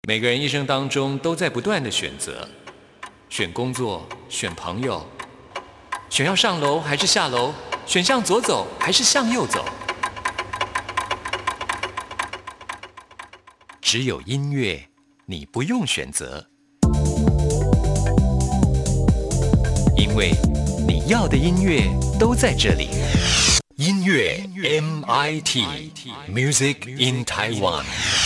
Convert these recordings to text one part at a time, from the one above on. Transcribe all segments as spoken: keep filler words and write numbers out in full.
每个人一生当中都在不断的选择，选工作，选朋友，选要上楼还是下楼，选向左走还是向右走。只有音乐，你不用选择，因为你要的音乐都在这里。音乐 M I T Music in Taiwan。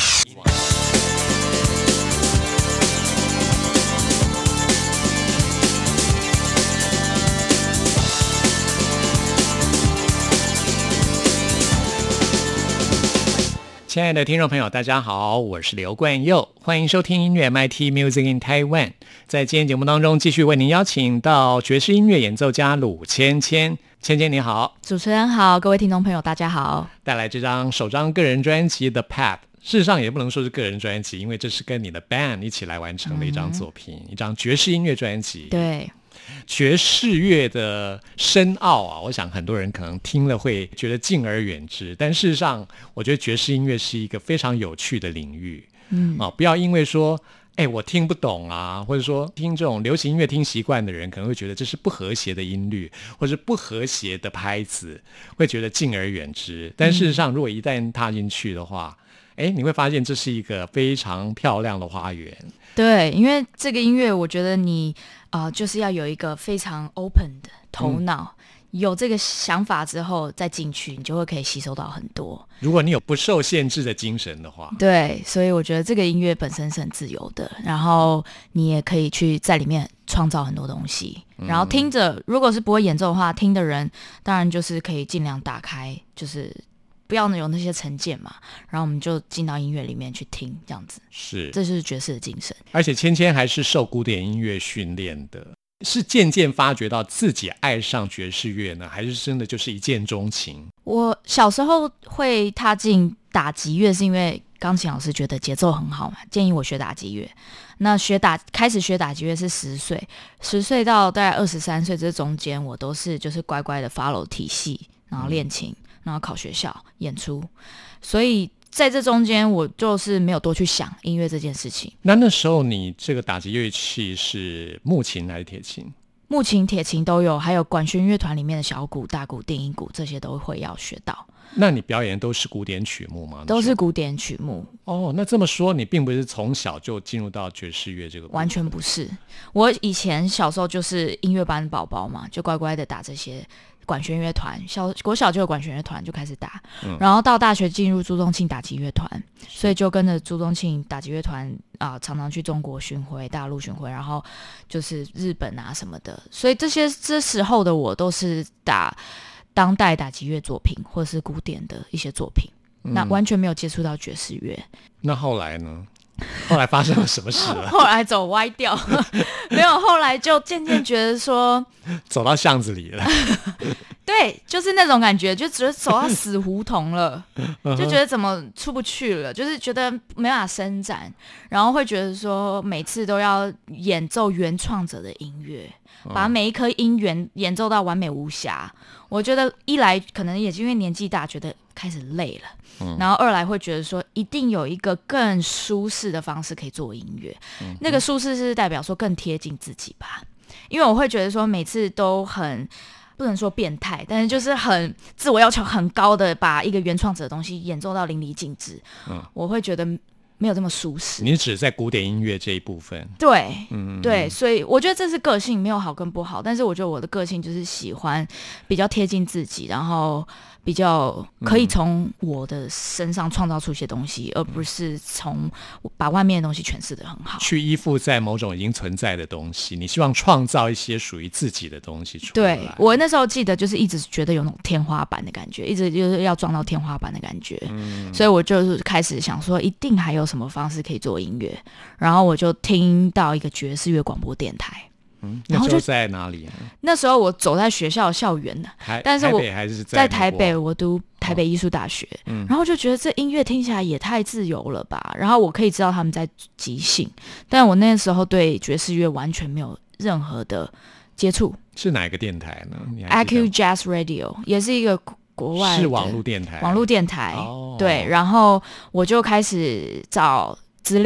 亲爱的听众朋友，大家好，我是刘冠佑，欢迎收听音乐 M I T Music in Taiwan。在今天节目当中，继续为您邀请到爵士音乐演奏家鲁芊芊。芊芊你好。 主持人好，各位听众朋友大家好。 带来这张首张个人专辑 The Path， 事实上也不能说是个人专辑，因为这是跟你的 band 一起来完成的一张作品、嗯、一张爵士音乐专辑。 对， 爵士乐的深奥啊，我想很多人可能听了会觉得敬而远之，但事实上我觉得爵士音乐是一个非常有趣的领域。嗯、啊，不要因为说哎，我听不懂啊，或者说听这种流行音乐听习惯的人可能会觉得这是不和谐的音律或是不和谐的拍子，会觉得敬而远之。但事实上如果一旦踏进去的话，哎，你会发现这是一个非常漂亮的花园。 对，因为这个音乐我觉得你呃，就是要有一个非常 open 的头脑、嗯、有这个想法之后再进去，你就会可以吸收到很多。 如果你有不受限制的精神的话， 对，所以我觉得这个音乐本身是很自由的，然后你也可以去在里面创造很多东西、嗯、然后听着，如果是不会演奏的话，听的人当然就是可以尽量打开，就是不要有那些成见嘛，然后我们就进到音乐里面去听，这样子是， 这就是爵士的精神。 而且芊芊还是受古典音乐训练的，是渐渐发觉到自己爱上爵士乐呢，还是真的就是一见钟情？我小时候会踏进打击乐，是因为钢琴老师觉得节奏很好嘛，建议我学打击乐。那学打开始学打击乐是十岁，十岁到大概二十三岁这中间，我都是就是乖乖的 follow 体系，然后练琴。嗯，然后考学校演出，所以在这中间我就是没有多去想音乐这件事情。 那那时候你这个打击乐器是木琴还是铁琴？ 木琴、铁琴都有，还有管弦乐团里面的小鼓、大鼓、定音鼓，这些都会要学到。 那你表演都是古典曲目吗？ 都是古典曲目。 哦，那这么说你并不是从小就进入到爵士乐这个部分？ 完全不是，我以前小时候就是音乐班宝宝嘛，就乖乖的打这些管弦乐团，小国小就有管弦乐团就开始打、嗯、然后到大学进入朱宗庆打击乐团，所以就跟着朱宗庆打击乐团啊、呃，常常去中国巡回、大陆巡回，然后就是日本啊什么的，所以这些这时候的我都是打当代打击乐作品或者是古典的一些作品、嗯、那完全没有接触到爵士乐。 那后来呢？后来发生了什么事了？ 后来走歪掉没有，后来就渐渐觉得说走到巷子里了对，就是那种感觉，就觉得走到死胡同了就觉得怎么出不去了，就是觉得没办法伸展，然后会觉得说每次都要演奏原创者的音乐，把每一颗音源演奏到完美无瑕。我觉得一来可能也是因为年纪大，觉得开始累了、嗯、然后二来会觉得说一定有一个更舒适的方式可以做音乐、嗯、那个舒适是代表说更贴近自己吧。因为我会觉得说每次都很不能说变态，但是就是很自我要求很高的把一个原创者的东西演奏到淋漓尽致、嗯、我会觉得没有这么舒适。 你只在古典音乐这一部分？ 对、嗯、对，所以我觉得这是个性，没有好跟不好，但是我觉得我的个性就是喜欢比较贴近自己，然后比较可以从我的身上创造出一些东西、嗯、而不是从把外面的东西诠释得很好，去依附在某种已经存在的东西，你希望创造一些属于自己的东西出来。 对，我那时候记得就是一直觉得有那种天花板的感觉，一直就是要撞到天花板的感觉、嗯、所以我就是开始想说一定还有什么方式可以做音乐，然后我就听到一个爵士乐广播电台。 嗯，那时候在哪里、啊、 那时候我走在学校校园的，但是我台北还是 在, 在台北，我读台北艺术大学、哦嗯、然后就觉得这音乐听起来也太自由了吧，然后我可以知道他们在即兴，但我那时候对爵士乐完全没有任何的接触。 是哪一个电台呢？ I Q Jazz Radio 也是一个国外的是网络电台， 网络电台、哦、对，然后我就开始找资料，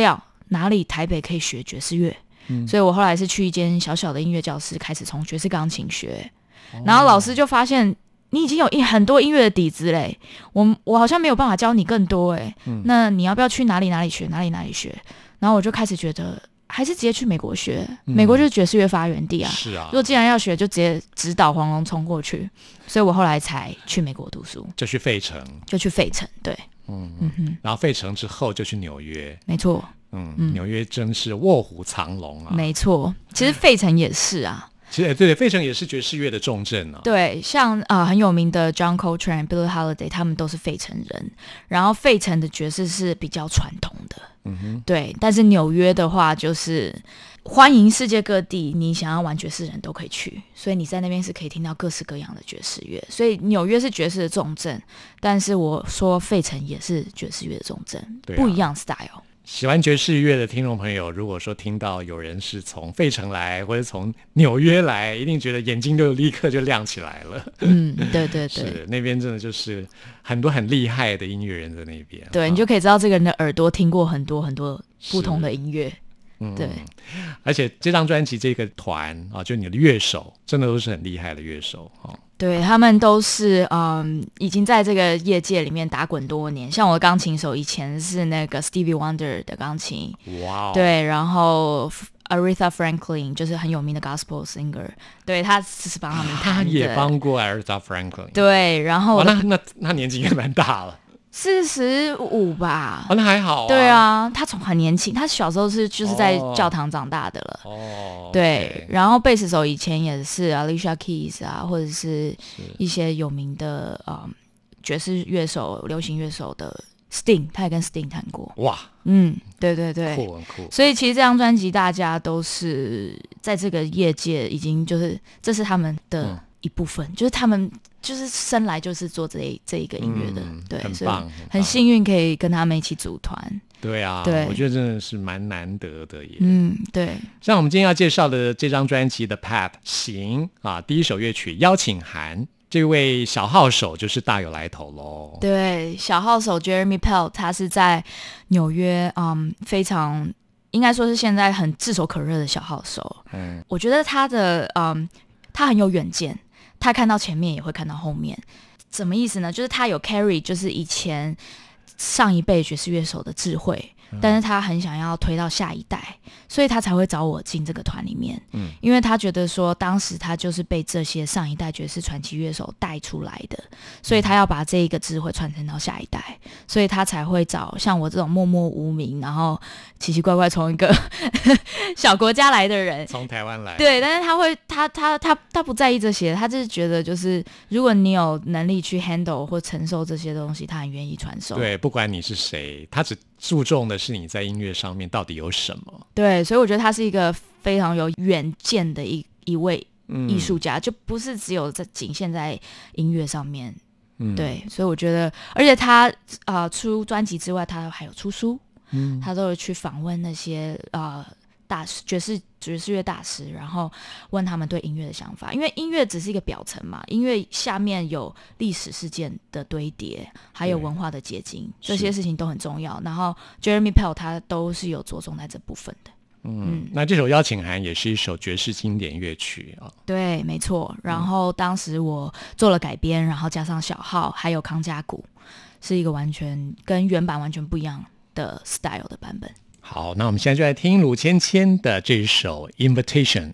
哪里台北可以学爵士乐，嗯、所以我后来是去一间小小的音乐教室，开始从爵士钢琴学，哦、然后老师就发现你已经有一很多音乐的底子嘞，我我好像没有办法教你更多哎，嗯、那你要不要去哪里哪里学哪里哪里学？然后我就开始觉得。还是直接去美国学，嗯、美国就是爵士乐发源地啊。 是啊， 如果既然要学，就直接直捣黄龙冲过去。所以我后来才去美国读书， 就去费城， 就去费城，对， 嗯嗯哼。然后费城之后就去纽约， 没错， 嗯，嗯纽约真是卧虎藏龙啊。 没错，其实费城也是啊。 其实对对，费城也是爵士乐的重镇啊。 对，像啊、呃、很有名的 John Coltrane、Billie Holiday， 他们都是费城人。然后费城的爵士是比较传统的，嗯哼，对。但是纽约的话，就是欢迎世界各地你想要玩爵士人都可以去，所以你在那边是可以听到各式各样的爵士乐。所以纽约是爵士的重镇，但是我说费城也是爵士乐的重镇，啊、不一样 style。 喜欢爵士乐的听众朋友，如果说听到有人是从费城来或者从纽约来，一定觉得眼睛就立刻就亮起来了。 嗯，对对对， 是那边真的就是很多很厉害的音乐人在那边。 对、啊、你就可以知道这个人的耳朵听过很多很多不同的音乐。嗯，对。 而且这张专辑这个团啊，就你的乐手真的都是很厉害的乐手啊。 对，他们都是嗯，已经在这个业界里面打滚多年。像我的钢琴手以前是那个 Stevie Wonder 的钢琴，哇、哦，对，然后 Aretha Franklin 就是很有名的 Gospel Singer， 对，他是帮他们弹的。他也帮过 Aretha Franklin。 对，然后那那那年纪应该蛮大了。 四十五吧， 哦，那还好啊。 对啊，他从很年轻，他小时候是就是在教堂长大的了。哦，对。Okay. 然后贝斯手以前也是 Alicia Keys 啊，或者是一些有名的嗯爵士乐手、流行乐手的 Sting， 他也跟 Sting 弹过。哇，嗯，对对对， 酷很酷。 所以其实这张专辑大家都是在这个业界已经就是这是他们的一部分，嗯、就是他们。就是生来就是做这一这一个音乐的，嗯、对， 很棒，很很幸运可以跟他们一起组团。 对啊，对，我觉得真的是蛮难得的耶。 嗯，对。 像我们今天要介绍的这张专辑的 Path 行啊，第一首乐曲《邀请函》，这位小号手就是大有来头喽。 对，小号手 Jeremy Pell， 他是在纽约，嗯，非常应该说是现在很炙手可热的小号手。嗯，我觉得他的，嗯，他很有远见。他看到前面也会看到后面，什么意思呢？就是他有 carry 就是以前上一辈爵士乐手的智慧，嗯、但是他很想要推到下一代，所以他才会找我进这个团里面。嗯，因为他觉得说当时他就是被这些上一代爵士传奇乐手带出来的，所以他要把这一个智慧传承到下一代，所以他才会找像我这种默默无名，然后奇奇怪怪从一个小国家来的人， 从台湾来， 对，但是他会，他他他他不在意这些，他就是觉得就是如果你有能力去 handle 或承受这些东西，他很愿意传授。 对，不管你是谁，他只注重的是你在音乐上面到底有什么。 对，所以我觉得他是一个非常有远见的一一位艺术家，嗯、就不是只有在仅限在音乐上面。嗯，对，所以我觉得，而且他呃出专辑之外，他还有出书。嗯，他都有去访问那些呃大师爵士爵士乐大师，然后问他们对音乐的想法。因为音乐只是一个表层嘛，音乐下面有历史事件的堆叠，还有文化的结晶，这些事情都很重要。然后 Jeremy Pell 他都是有着重在这部分的。 嗯，嗯那这首邀请函也是一首爵士经典乐曲啊。 对，没错。然后当时我做了改编，然后加上小号还有康佳鼓，是一个完全跟原版完全不一样的 style 的版本。 好，那我们现在就来听鲁芊芊的这一首 Invitation。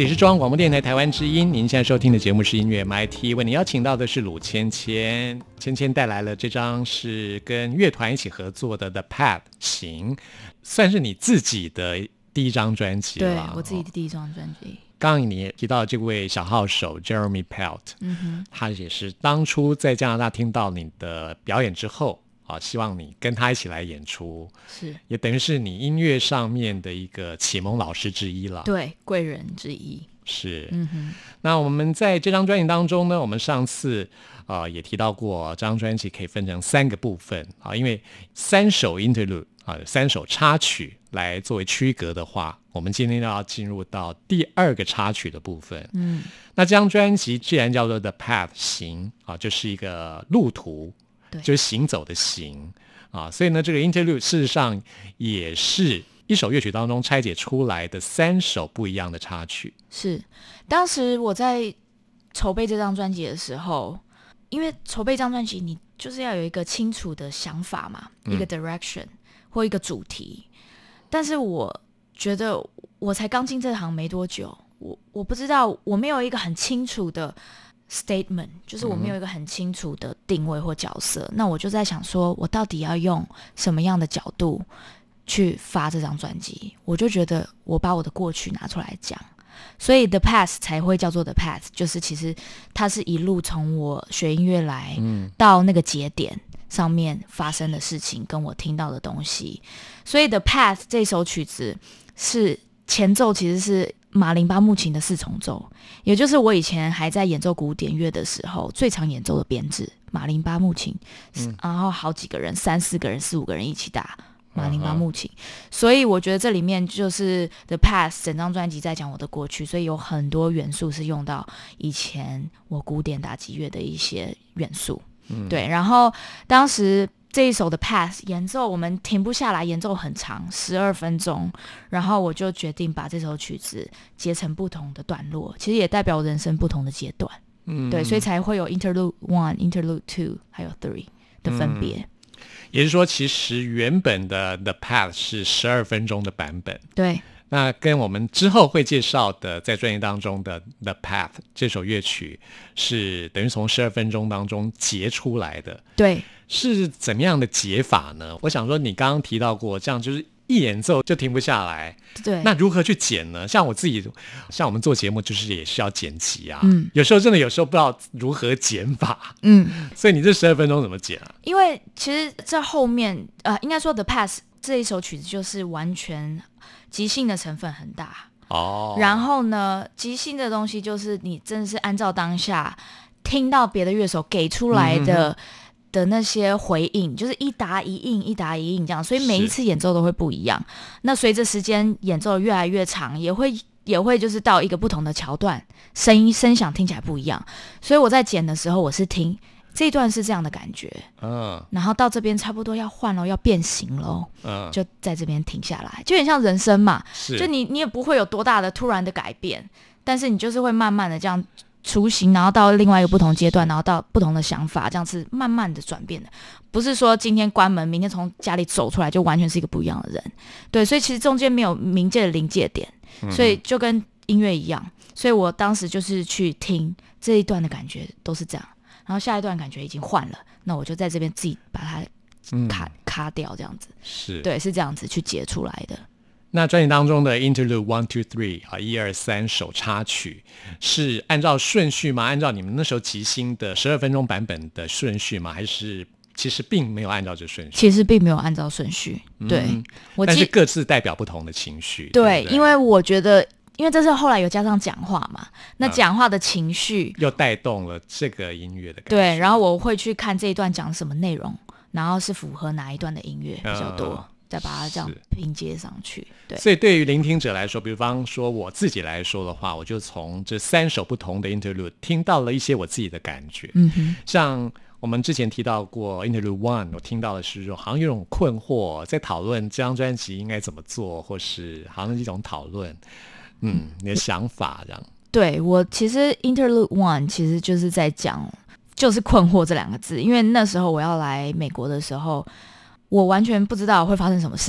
里是中央广播电台台湾之音，您现在收听的节目是音乐 M I T， 为您邀请到的是鲁千千，千千带来了这张是跟乐团一起合作的 The Path 行，算是你自己的第一张专辑了。 对，我自己的第一张专辑。 刚刚你也提到这位小号手 Jeremy Pelt， 嗯哼， 他也是当初在加拿大听到你的表演之后啊，希望你跟他一起来演出， 是也等于是你音乐上面的一个启蒙老师之一了。 对，贵人之一。 是， 嗯哼。 那我们在这张专辑当中呢，我们上次呃也提到过，这张专辑可以分成三个部分啊，因为三首 interlude 啊，三首插曲来作为区隔的话，我们今天要进入到第二个插曲的部分。 嗯， 那这张专辑既然叫做 The Path 行啊，就是一个路途， 对， 就是行走的行啊，所以呢，这个 interlude 事实上也是一首乐曲当中拆解出来的三首不一样的插曲。 是，当时我在筹备这张专辑的时候，因为筹备这张专辑，你就是要有一个清楚的想法嘛，嗯、一个 direction 或一个主题。但是我觉得我才刚进这行没多久，我我不知道，我没有一个很清楚的 statement， 就是我没有一个很清楚的定位或角色。嗯、那我就在想说，我到底要用什么样的角度去发这张专辑？我就觉得我把我的过去拿出来讲。所以 The Path 才会叫做 The Path， 就是其实它是一路从我学音乐来到那个节点上面发生的事情跟我听到的东西。所以 The Path 这首曲子是前奏其实是马林巴木琴的四重奏，也就是我以前还在演奏古典乐的时候最常演奏的编制，马林巴木琴、嗯、然后好几个人，三四个人四五个人一起打马林巴木琴， uh-huh. 所以我觉得这里面就是 The Path 整张专辑在讲我的过去，所以有很多元素是用到以前我古典打击乐的一些元素、嗯、对。然后当时这一首的 Path 演奏我们停不下来，演奏很长十二分钟，然后我就决定把这首曲子截成不同的段落，其实也代表我人生不同的阶段、嗯、对，所以才会有 Interlude one Interlude two 还有three 的分别、嗯， 也就是说，其实原本的 The Path 是十二分钟的版本， 对。 那跟我们之后会介绍的在专辑当中的 The Path 这首乐曲，是等于从十二分钟当中截出来的， 对。 是怎么样的解法呢？我想说，你刚刚提到过，这样就是一演奏就停不下来， 对。 那如何去剪呢？像我自己，像我们做节目，就是也是要剪辑啊，嗯，有时候真的有时候不知道如何剪法，嗯，所以你这十二分钟怎么剪啊？ 因为其实这后面，呃，应该说 The Path 这一首曲子就是完全即兴的成分很大哦。然后呢，即兴的东西就是你真的是按照当下听到别的乐手给出来的。嗯的那些回应就是一答一应一答一应这样，所以每一次演奏都会不一样。那随着时间演奏越来越长，也会也会就是到一个不同的桥段，声音声响听起来不一样。所以我在剪的时候，我是听这一段是这样的感觉，嗯，然后到这边差不多要换了，要变形了，嗯，就在这边停下来，就很像人生嘛，就你你也不会有多大的突然的改变，但是你就是会慢慢的这样。雏形，然后到另外一个不同阶段，然后到不同的想法，这样是慢慢的转变的，不是说今天关门，明天从家里走出来就完全是一个不一样的人。对，所以其实中间没有冥界的临界点，所以就跟音乐一样。所以我当时就是去听这一段的感觉都是这样，然后下一段感觉已经换了，那我就在这边自己把它卡、嗯、卡掉，这样子是对，是这样子去截出来的。 那专辑当中的 Interlude one two three 啊，一二三首插曲是按照顺序吗？按照你们那时候即兴的十二分钟版本的顺序吗？还是其实并没有按照这顺序？ 其实并没有按照顺序，对，嗯、 我但是各自代表不同的情绪。 对， 对对， 因为我觉得，因为这是后来有加上讲话嘛，那讲话的情绪、 嗯、又带动了这个音乐的感觉。 对，然后我会去看这一段讲什么内容，然后是符合哪一段的音乐比较多。嗯，再把它这样拼接上去。对， 所以对于聆听者来说，比方说我自己来说的话，我就从这三首不同的 interlude 听到了一些我自己的感觉。嗯哼，像我们之前提到过 interlude one， 我听到的是说好像有种困惑，在讨论这张专辑应该怎么做，或是好像一种讨论，嗯，你的想法这样。 对，我其实 interlude one 其实就是在讲就是困惑这两个字，因为那时候我要来美国的时候，我完全不知道会发生什么事，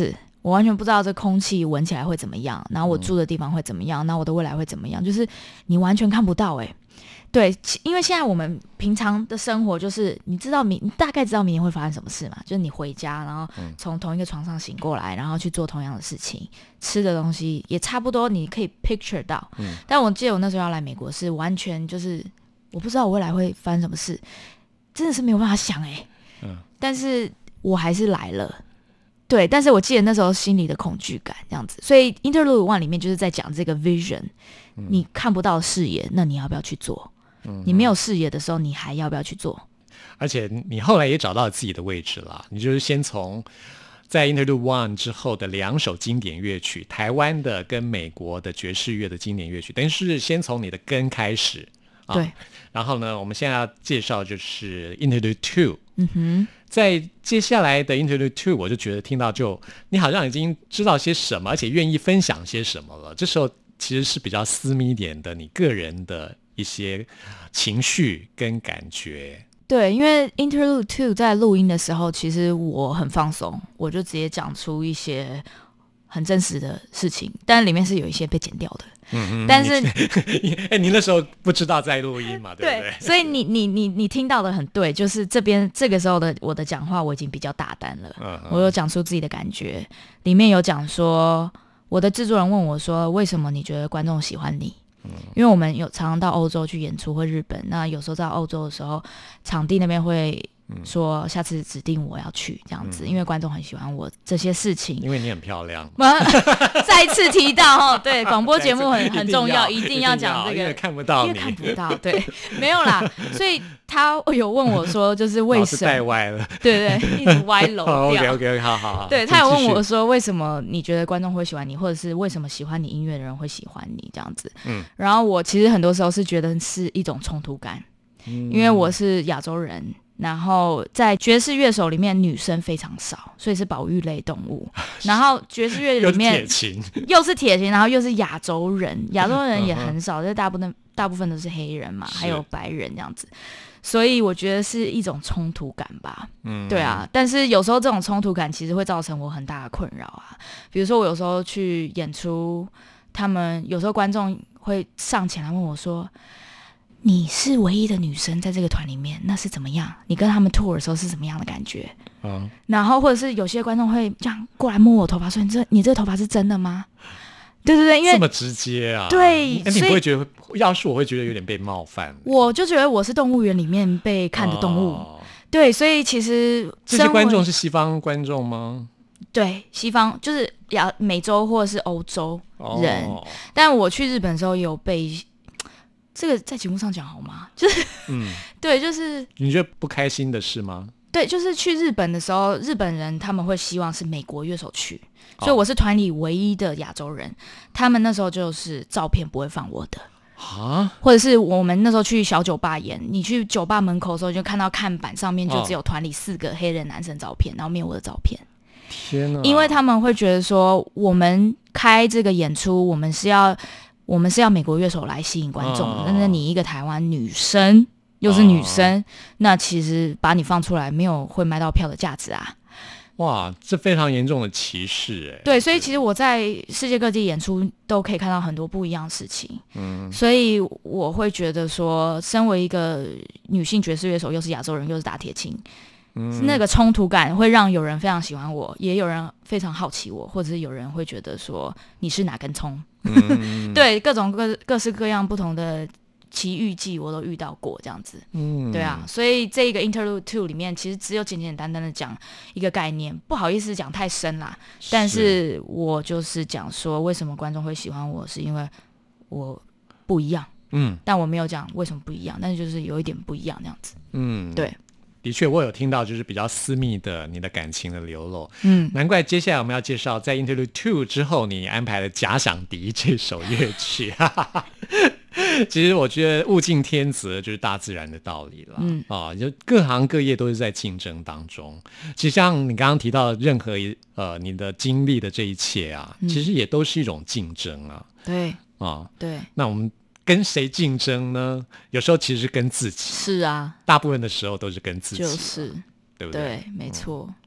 我完全不知道这空气闻起来会怎么样，然后我住的地方会怎么样，然后我的未来会怎么样，就是你完全看不到哎、欸。对，因为现在我们平常的生活就是你知道明你大概知道明天会发生什么事嘛，就是你回家然后从同一个床上醒过来，然后去做同样的事情，吃的东西也差不多你可以 picture 到、嗯、但我记得我那时候要来美国是完全就是我不知道我未来会发生什么事，真的是没有办法想哎、欸嗯，但是我还是来了。对，但是我记得那时候心里的恐惧感这样子，所以 Interlude One 里面就是在讲这个 vision、嗯、你看不到视野，那你要不要去做、嗯、你没有视野的时候你还要不要去做， 而且你后来也找到了自己的位置了，你就是先从在 Interlude One 之后的两首经典乐曲，台湾的跟美国的爵士乐的经典乐曲，等于是先从你的根开始、啊、 对， 然后呢我们现在要介绍就是 Interlude Two。 嗯哼， 在接下来的 Interlude Two 我就觉得听到就你好像已经知道些什么，而且愿意分享些什么了，这时候其实是比较私密一点的你个人的一些情绪跟感觉。 对，因为 Interlude Two 在录音的时候其实我很放松，我就直接讲出一些很真实的事情，但里面是有一些被剪掉的。嗯，但是哎，你那时候不知道在录音嘛，对不对？ 对，所以你你你你听到的很对，就是这边这个时候的我的讲话我已经比较大胆了，嗯、我有讲出自己的感觉，里面有讲说我的制作人问我说为什么你觉得观众喜欢你？嗯、因为我们有常常到欧洲去演出或日本，那有时候在欧洲的时候，场地那边会说下次指定我要去这样子、嗯、因为观众很喜欢我这些事情， 因为你很漂亮再一次提到对，广播节目很很重要，一定要讲这个， 因为看不到你， 因为看不到，对，没有啦，所以他有问我说就是为什么带歪了， 对对，一直歪楼掉 OK OK 好好好， 对，他有问我说为什么你觉得观众会喜欢你，或者是为什么喜欢你音乐的人会喜欢你这样子，嗯，然后我其实很多时候是觉得是一种冲突感、嗯、因为我是亚洲人，然后在爵士乐手里面女生非常少，所以是保育类动物，然后爵士乐里面又是铁琴又是铁琴，然后又是亚洲人，亚洲人也很少，这大部分大部分都是黑人嘛，还有白人这样子，所以我觉得是一种冲突感吧，嗯，对啊，但是有时候这种冲突感其实会造成我很大的困扰啊，比如说我有时候去演出，他们有时候观众会上前来问我说你是唯一的女生在这个团里面，那是怎么样？你跟他们 tour 的时候是怎么样的感觉？嗯，然后或者是有些观众会这样过来摸我头发，说：“你这你这个头发是真的吗？”对对对，因为这么直接啊！ 对， 那你不会觉得？要是我会觉得有点被冒犯。 我就觉得我是动物园里面被看的动物。哦、对，所以其实这些观众是西方观众吗？ 对，西方就是亚美洲或者是欧洲人、哦。但我去日本的时候有被。这个在节目上讲好吗？就是，嗯，对，就是你觉得不开心的事吗？ 对，就是去日本的时候，日本人他们会希望是美国乐手去，哦、所以我是团里唯一的亚洲人。他们那时候就是照片不会放我的啊，或者是我们那时候去小酒吧演，你去酒吧门口的时候就看到看板上面就只有团里四个黑人男生照片，然后没有我的照片。 天哪！ 因为他们会觉得说，我们开这个演出，我们是要。我们是要美国乐手来吸引观众的，但是你一个台湾女生又是女生、哦，那其实把你放出来没有会卖到票的价值啊！ 哇，这非常严重的歧视哎。 对，所以其实我在世界各地演出都可以看到很多不一样的事情，嗯，所以我会觉得说，身为一个女性爵士乐手，又是亚洲人，又是打铁琴。嗯、那个冲突感会让有人非常喜欢我，也有人非常好奇我，或者是有人会觉得说你是哪根葱、嗯、对，各种各各式各样不同的奇遇记我都遇到过这样子、嗯、对啊，所以这个 Interlude Two 里面其实只有简简单单的讲一个概念，不好意思讲太深啦，但是我就是讲说为什么观众会喜欢我，是因为我不一样，嗯，但我没有讲为什么不一样，但是就是有一点不一样这样子，嗯，对， 的确我有听到就是比较私密的你的感情的流露，嗯，难怪接下来我们要介绍在 Interlude Two 之后你安排了假想敌这首乐曲哈哈哈。其实我觉得物竞天择就是大自然的道理了，嗯啊，就各行各业都是在竞争当中。其实像你刚刚提到的任何一呃你的经历的这一切啊、嗯，其实也都是一种竞争啊。 对啊， 对。 那我们跟谁竞争呢？有时候其实是跟自己。 是啊， 大部分的时候都是跟自己， 就是， 对不对？ 对，没错。嗯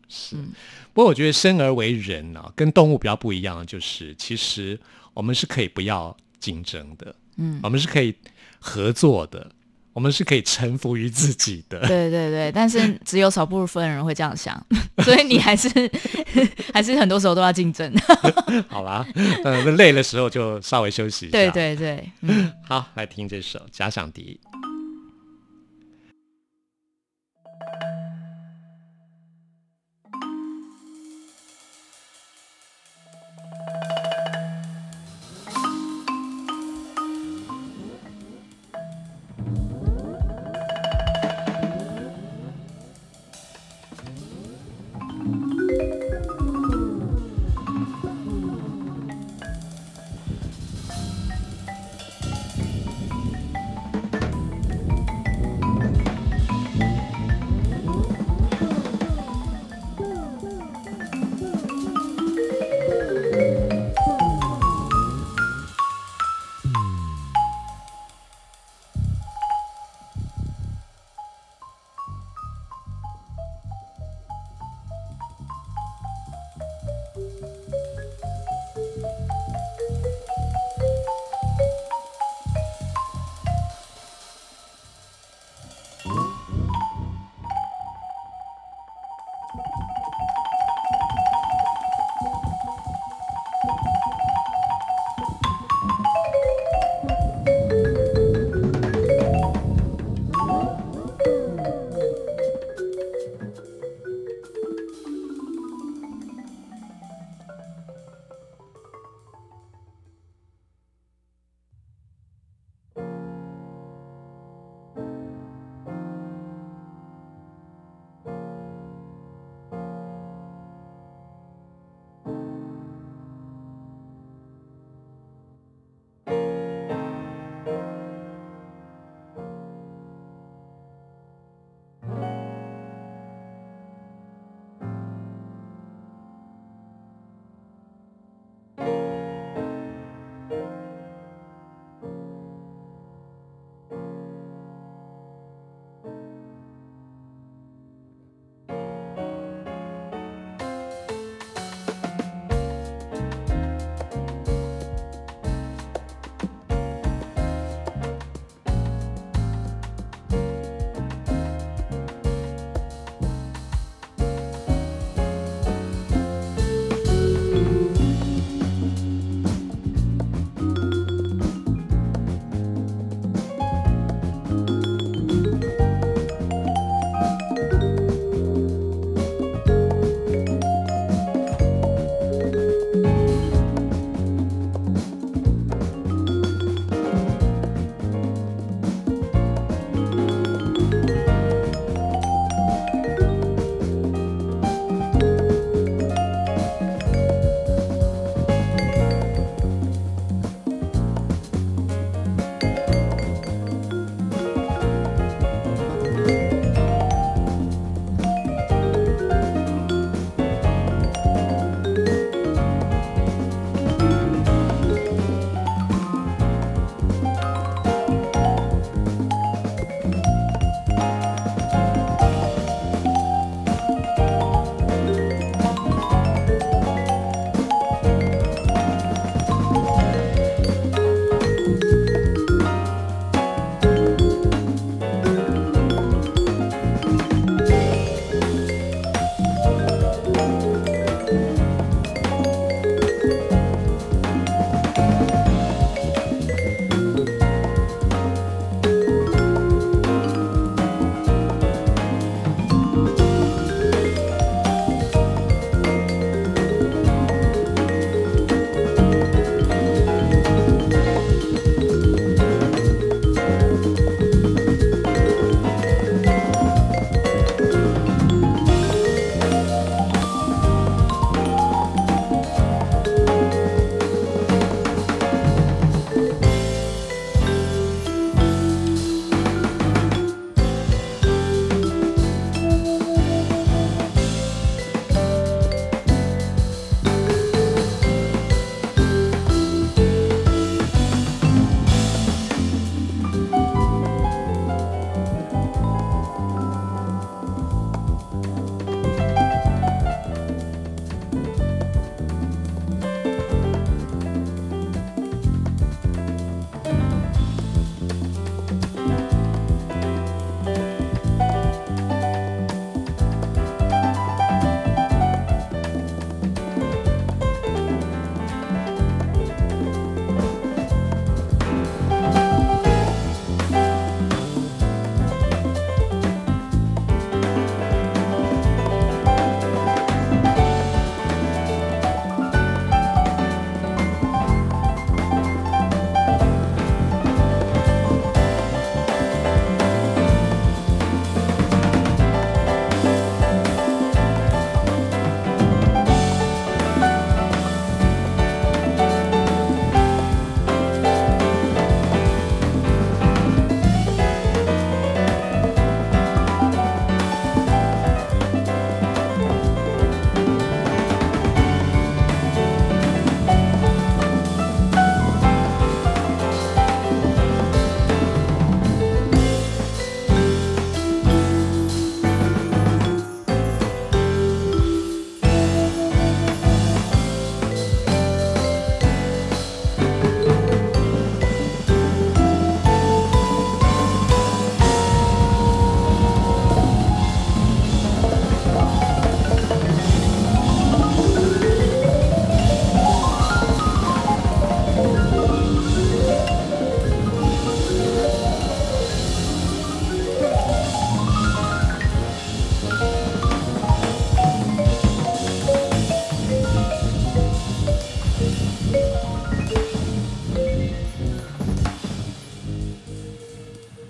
是。嗯、不过我觉得生而为人啊，跟动物比较不一样的就是，其实我们是可以不要竞争的，嗯，我们是可以合作的，我们是可以臣服于自己的。 对对对，但是只有少部分人会这样想，所以你还是还是很多时候都要竞争。 好啦，嗯，累的时候就稍微休息一下。 对对对，嗯， 好，来听这首《假想敌》。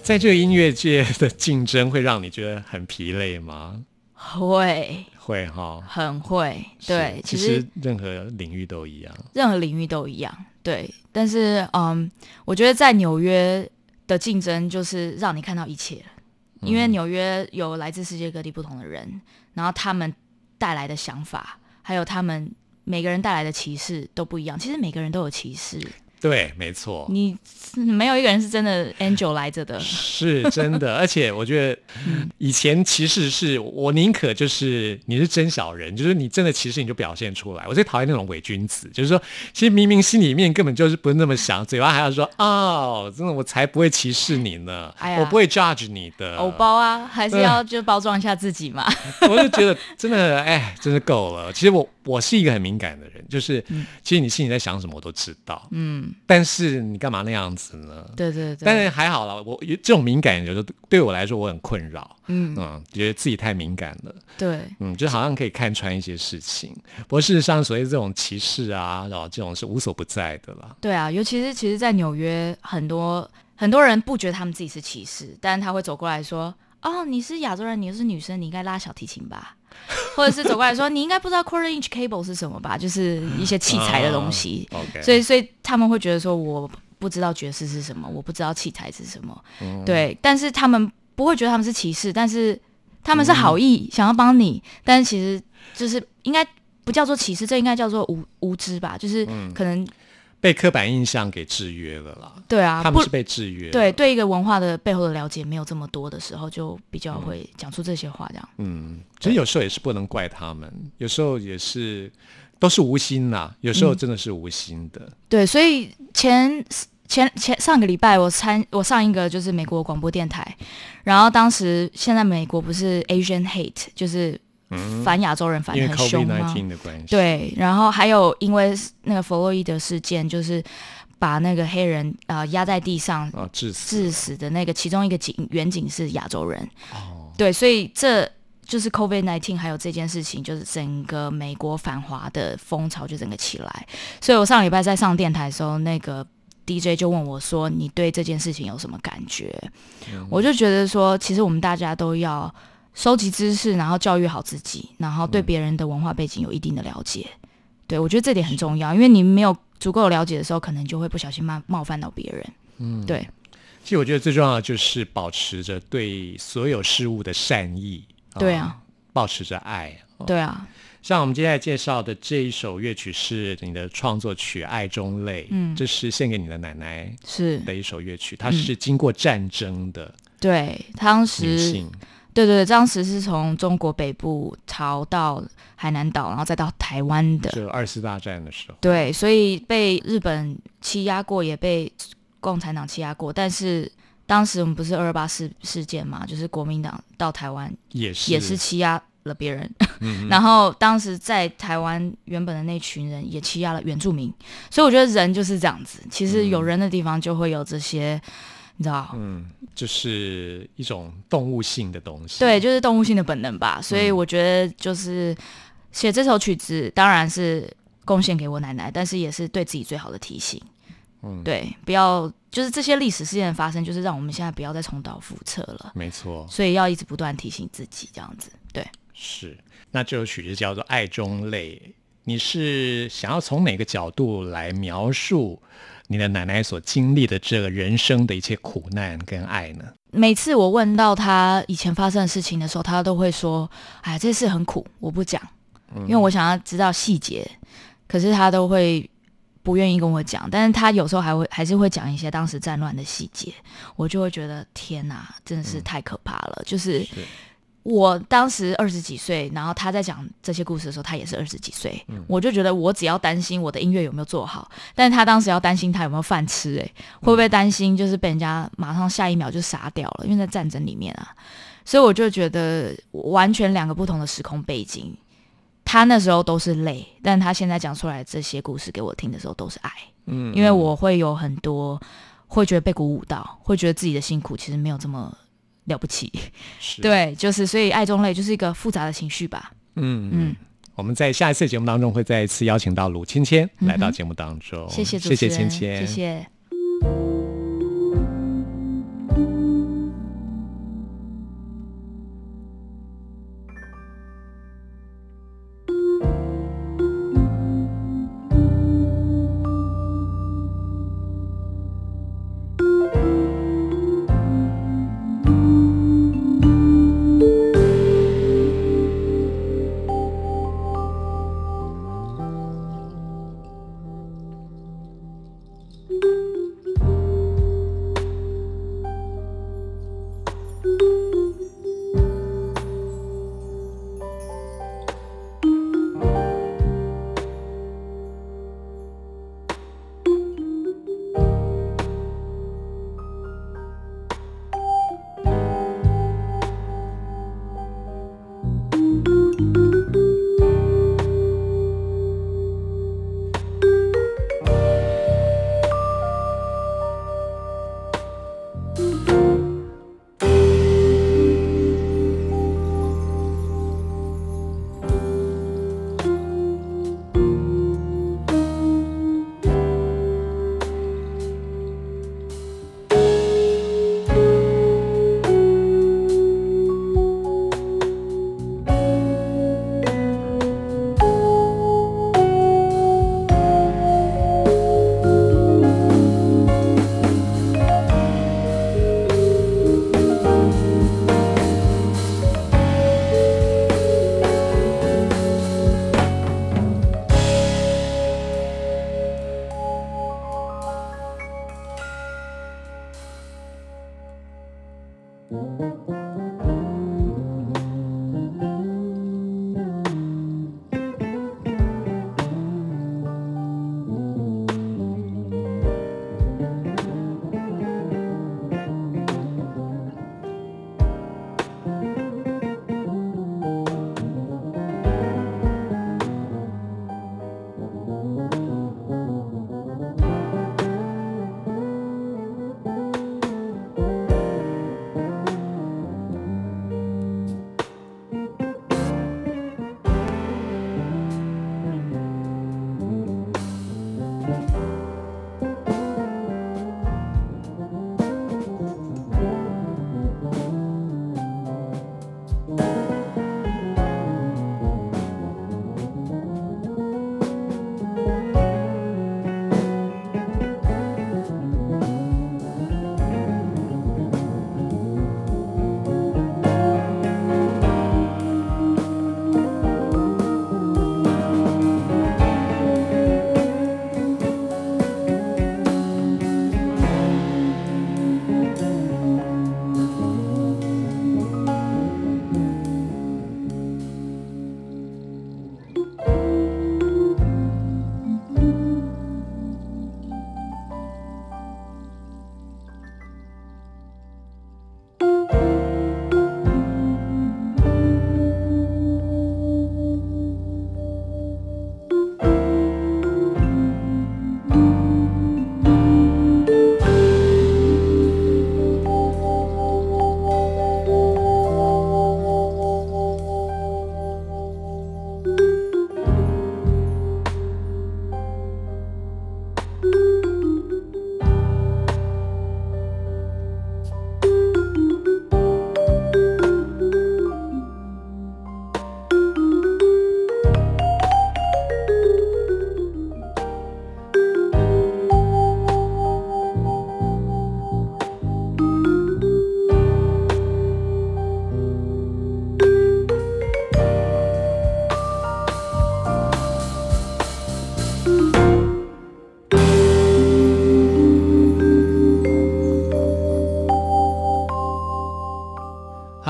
在这个音乐界的竞争会让你觉得很疲累吗？ 会会哈， 很会。对， 其实任何领域都一样， 任何领域都一样。对，但是嗯，我觉得在纽约的竞争就是让你看到一切了，因为纽约有来自世界各地不同的人，然后他们带来的想法，还有他们每个人带来的歧视都不一样。其实每个人都有歧视。 对，没错， 你没有一个人是真的 angel 来着的， 是真的。而且我觉得以前歧视是我宁可就是你是真小人，就是你真的歧视你就表现出来。我最讨厌那种伪君子，就是说其实明明心里面根本就是不是那么想，嘴巴还要说哦，真的我才不会歧视你呢，哎、我不会 judge 你的。 偶包啊，还是要就包装一下自己嘛。 我就觉得真的哎，真的够了。其实我我是一个很敏感的人，就是、嗯、其实你心里在想什么我都知道，嗯。但是你干嘛那样子呢？ 对对对， 但是还好啦，我这种敏感有时候对我来说我很困扰，嗯嗯，觉得自己太敏感了， 对， 嗯，就好像可以看穿一些事情，不过事实上所谓这种歧视啊，然后这种是无所不在的啦。 对啊，尤其是其实，在纽约很多很多人不觉得他们自己是歧视，但是他会走过来说：“哦，你是亚洲人，你又是女生，你应该拉小提琴吧？”或者是走过来说你应该不知道 quarter inch cable 是什么吧，就是一些器材的东西、uh, okay. 所以所以他们会觉得说我不知道爵士是什么，我不知道器材是什么、嗯、对，但是他们不会觉得他们是歧视，但是他们是好意、嗯、想要帮你，但是其实就是应该不叫做歧视，这应该叫做 无, 无知吧，就是可能、嗯被刻板印象给制约了啦。 对啊， 他们是被制约了。 对，对一个文化的背后的了解没有这么多的时候，就比较会讲出这些话这样。 嗯，其实有时候也是不能怪他们，有时候也是都是无心啦，有时候真的是无心的。嗯、 对，所以前前前上个礼拜我参我上一个就是美国广播电台，然后当时现在美国不是 Asian hate 就是。反亚洲人反得很凶吗？对，然后还有因为那个弗洛伊德事件，就是把那个黑人呃压在地上、哦、致死致死的那个其中一个警远警是亚洲人。哦，对，所以这就是 COVID 十九 还有这件事情，就是整个美国反华的风潮就整个起来。所以我上礼拜在上电台的时候，那个 D J 就问我说：“你对这件事情有什么感觉？”嗯、我就觉得说，其实我们大家都要。收集知识，然后教育好自己，然后对别人的文化背景有一定的了解。嗯、对，我觉得这点很重要，因为你没有足够了解的时候，可能就会不小心冒冒犯到别人。嗯，对。 其实我觉得最重要的就是保持着对所有事物的善意。 对啊， 保持着爱。 对啊。 像我们接下来介绍的这一首乐曲是你的创作曲《爱中泪》，嗯，这是献给你的奶奶是的一首乐曲，它是经过战争的。嗯、 对，当时女性。对对对，当时是从中国北部逃到海南岛，然后再到台湾的， 就二次大战的时候。 对，所以被日本欺压过，也被共产党欺压过。但是当时我们不是二二八事事件嘛，就是国民党到台湾也是也是欺压了别人，嗯、然后当时在台湾原本的那群人也欺压了原住民，所以我觉得人就是这样子，其实有人的地方就会有这些。你知道， 嗯，就是一种动物性的东西， 对，就是动物性的本能吧。所以我觉得，就是写这首曲子，当然是贡献给我奶奶，但是也是对自己最好的提醒。嗯，对，不要就是这些历史事件的发生，就是让我们现在不要再重蹈覆辙了。 没错， 所以要一直不断提醒自己，这样子。对， 是。那这首曲子叫做《爱中泪》，你是想要从哪个角度来描述？你的奶奶所经历的这个人生的一切苦难跟爱呢？ 每次我问到她以前发生的事情的时候，她都会说：“哎，这事很苦，我不讲，因为我想要知道细节。”可是她都会不愿意跟我讲，但是她有时候还会还是会讲一些当时战乱的细节，我就会觉得天哪，真的是太可怕了。嗯、就是我当时二十几岁，然后他在讲这些故事的时候，他也是二十几岁、嗯，我就觉得我只要担心我的音乐有没有做好，但是他当时要担心他有没有饭吃、欸，哎，会不会担心就是被人家马上下一秒就杀掉了？因为在战争里面啊，所以我就觉得完全两个不同的时空背景。他那时候都是泪，但他现在讲出来这些故事给我听的时候都是爱，嗯，因为我会有很多会觉得被鼓舞到，会觉得自己的辛苦其实没有这么。了不起，对，就是所以爱中泪就是一个复杂的情绪吧。嗯嗯， 我们在下一次节目当中会再一次邀请到鲁芊芊来到节目当中，嗯、 谢谢主持人， 谢谢芊芊， 谢谢。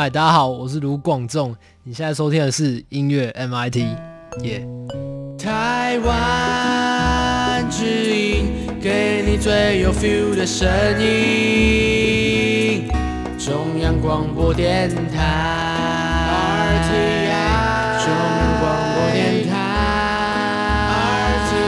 嗨，大家好，我是卢广仲。你现在收听的是音乐 M I T， 耶、yeah。 台湾之音，给你最有 feel 的声音。中央广播电台 ，R T I， 中央广播电台 ，R T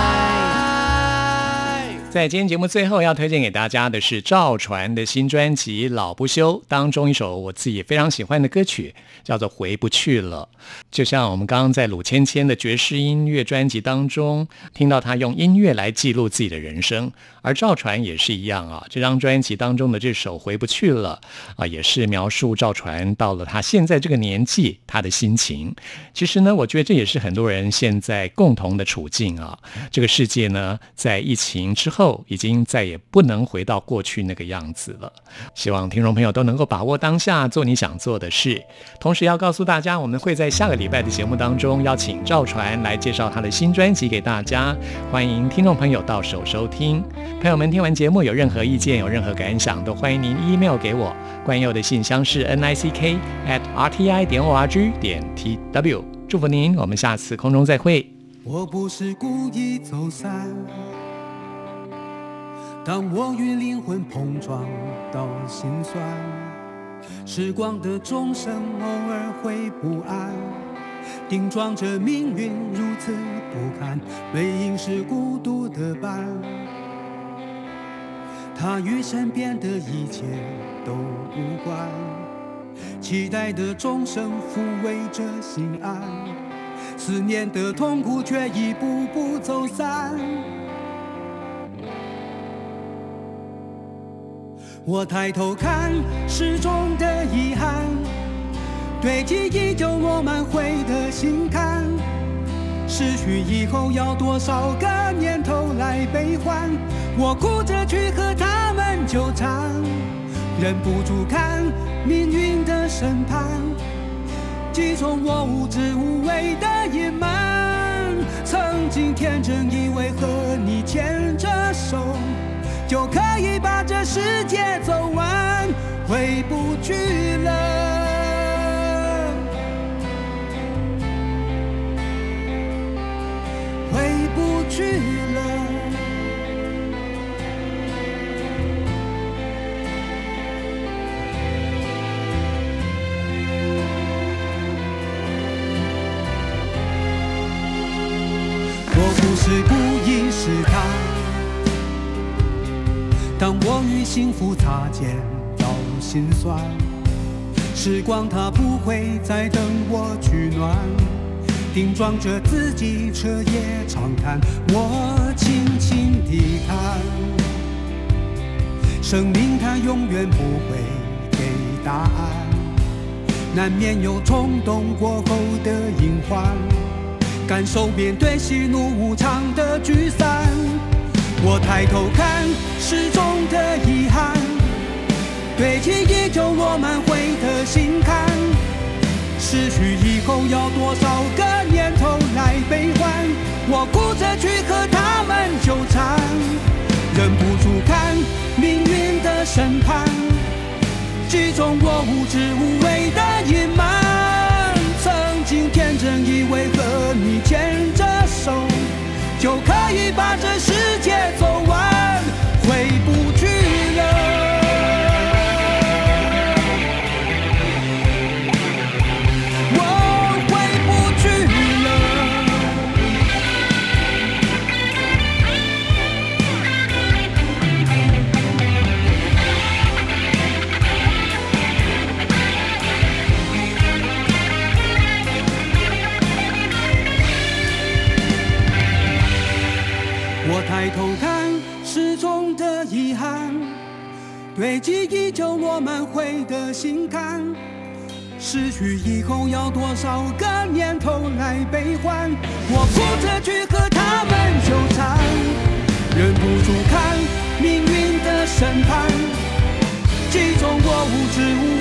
I。 在今天节目最后要推荐给大家的是赵传的新专辑《老不休》当中一首我自己也非常喜欢的歌曲，叫做《回不去了》。就像我们刚刚在鲁千千的爵士音乐专辑当中听到他用音乐来记录自己的人生，而赵传也是一样啊。这张专辑当中的这首《回不去了》啊，也是描述赵传到了他现在这个年纪他的心情。其实呢，我觉得这也是很多人现在共同的处境啊。这个世界呢，在疫情之后已经再也不能回到过去那个样子了。希望听众朋友都能够把握当下，做你想做的事。同时要告诉大家，我们会在下个礼拜的节目当中邀请赵传来介绍他的新专辑给大家，欢迎听众朋友到手收听。朋友们听完节目有任何意见有任何感想，都欢迎您 email 给我，冠佑的信箱是 N I C K at R T I 点 O R G 点 T W。 祝福您，我们下次空中再会。 我不是故意走散，当我与灵魂碰撞到心酸，时光的钟声偶尔会不安，顶撞着命运如此不堪，背影是孤独的伴，他与身边的一切都无关，期待的钟声抚慰着心安，思念的痛苦却一步步走散。我抬头看，始终的遗憾，堆积已久落满灰的心坎，失去以后要多少个年头来悲欢，我哭着去和他们纠缠，忍不住看命运的审判，击中我无知无畏的隐瞒，曾经天真以为和你牵着手就可以把这世界走完，回不去了，回不去了。我不是故意试探，当我与幸福擦肩到心酸，时光它不会再等我取暖，顶撞着自己彻夜长谈，我轻轻地看，生命它永远不会给答案，难免有冲动过后的隐患，感受面对喜怒无常的聚散，我抬头看，始终的遗憾，堆积已久落满灰的心坎，失去以后要多少个年头来悲欢，我哭着去和他们纠缠，忍不住看命运的审判，击中我无知无畏的隐瞒，曾经天真以为和你牵着手就可以把这世界走完，回不去了，我回不去了。我抬头看，始终的遗憾，堆积已久落满灰的心坎，失去以后要多少个年头来悲欢，我哭着去和他们纠缠，忍不住看命运的审判，击中我无知无